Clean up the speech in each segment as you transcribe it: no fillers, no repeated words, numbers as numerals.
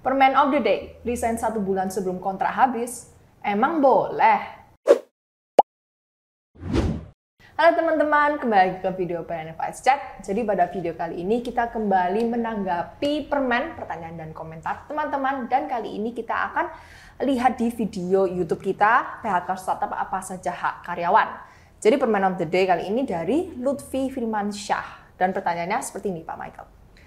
Permen of the day, resign 1 bulan sebelum kontrak habis, emang boleh? Halo teman-teman, kembali ke video PNN Advice Chat. Jadi pada video kali ini kita kembali menanggapi permen, pertanyaan dan komentar teman-teman. Dan kali ini kita akan lihat di video YouTube kita, PHK Startup apa saja hak karyawan. Jadi permen of the day kali ini dari Lutfi Firmansyah. Dan pertanyaannya seperti ini Pak Michael.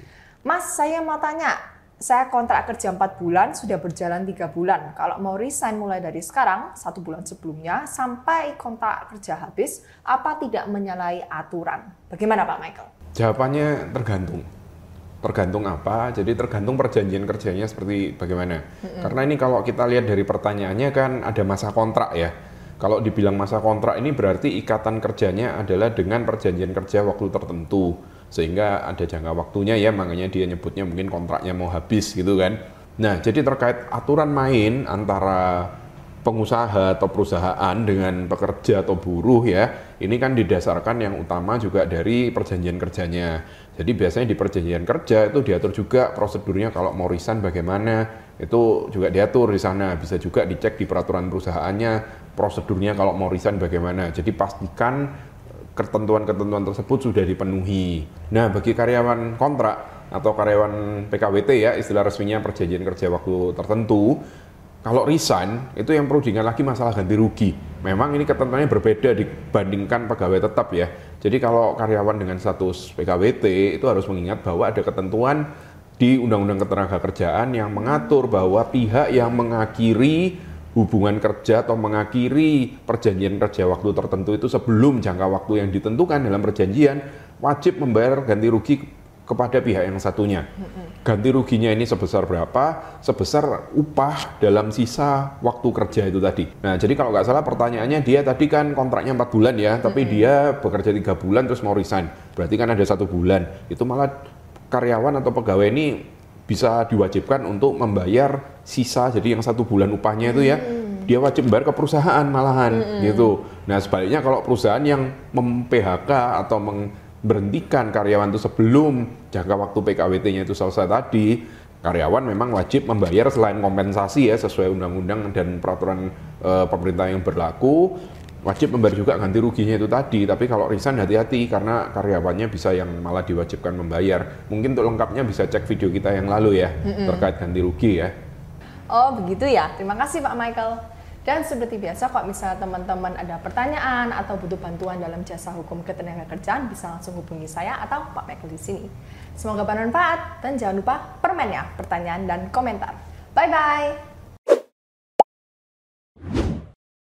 Mas, saya mau tanya. Saya kontrak kerja 4 bulan, sudah berjalan 3 bulan. Kalau mau resign mulai dari sekarang, 1 bulan sebelumnya, sampai kontrak kerja habis, apa tidak menyalahi aturan? Bagaimana Pak Michael? Jawabannya tergantung. Tergantung apa? Jadi tergantung perjanjian kerjanya seperti bagaimana. Karena ini kalau kita lihat dari pertanyaannya kan ada masa kontrak ya. Kalau dibilang masa kontrak ini berarti ikatan kerjanya adalah dengan perjanjian kerja waktu tertentu. Sehingga ada jangka waktunya ya, makanya dia nyebutnya mungkin kontraknya mau habis gitu kan. Nah, jadi terkait aturan main antara pengusaha atau perusahaan dengan pekerja atau buruh ya, ini kan didasarkan yang utama juga dari perjanjian kerjanya. Jadi biasanya di perjanjian kerja itu diatur juga prosedurnya kalau mau resign bagaimana, itu juga diatur di sana. Bisa juga dicek di peraturan perusahaannya, prosedurnya kalau mau resign bagaimana. Jadi pastikan ketentuan-ketentuan tersebut sudah dipenuhi. Nah, bagi karyawan kontrak atau karyawan PKWT ya, istilah resminya perjanjian kerja waktu tertentu, kalau resign itu yang perlu diingat lagi masalah ganti rugi. Memang ini ketentuannya berbeda dibandingkan pegawai tetap ya. Jadi kalau karyawan dengan status PKWT itu harus mengingat bahwa ada ketentuan di Undang-Undang Ketenagakerjaan yang mengatur bahwa pihak yang mengakhiri hubungan kerja atau mengakhiri perjanjian kerja waktu tertentu itu sebelum jangka waktu yang ditentukan dalam perjanjian wajib membayar ganti rugi kepada pihak yang satunya. Ganti ruginya ini sebesar berapa? Sebesar upah dalam sisa waktu kerja itu tadi. Nah, jadi kalau nggak salah pertanyaannya dia tadi kan kontraknya 4 bulan ya, tapi dia bekerja 3 bulan terus mau resign. Berarti kan ada 1 bulan. Itu malah karyawan atau pegawai ini bisa diwajibkan untuk membayar sisa, jadi yang 1 bulan upahnya itu ya, dia wajib membayar ke perusahaan malahan gitu. Nah sebaliknya kalau perusahaan yang mem-PHK atau memberhentikan karyawan itu sebelum jangka waktu PKWT-nya itu selesai tadi, karyawan memang wajib membayar selain kompensasi ya sesuai undang-undang dan peraturan pemerintah yang berlaku, wajib membayar juga ganti ruginya itu tadi. Tapi kalau resign hati-hati karena karyawannya bisa yang malah diwajibkan membayar. Mungkin untuk lengkapnya bisa cek video kita yang lalu ya, terkait ganti rugi ya. Oh begitu ya, terima kasih Pak Michael. Dan seperti biasa kalau misalnya teman-teman ada pertanyaan atau butuh bantuan dalam jasa hukum ketenagakerjaan, bisa langsung hubungi saya atau Pak Michael di sini. Semoga bermanfaat dan jangan lupa permen ya, pertanyaan dan komentar. Bye-bye!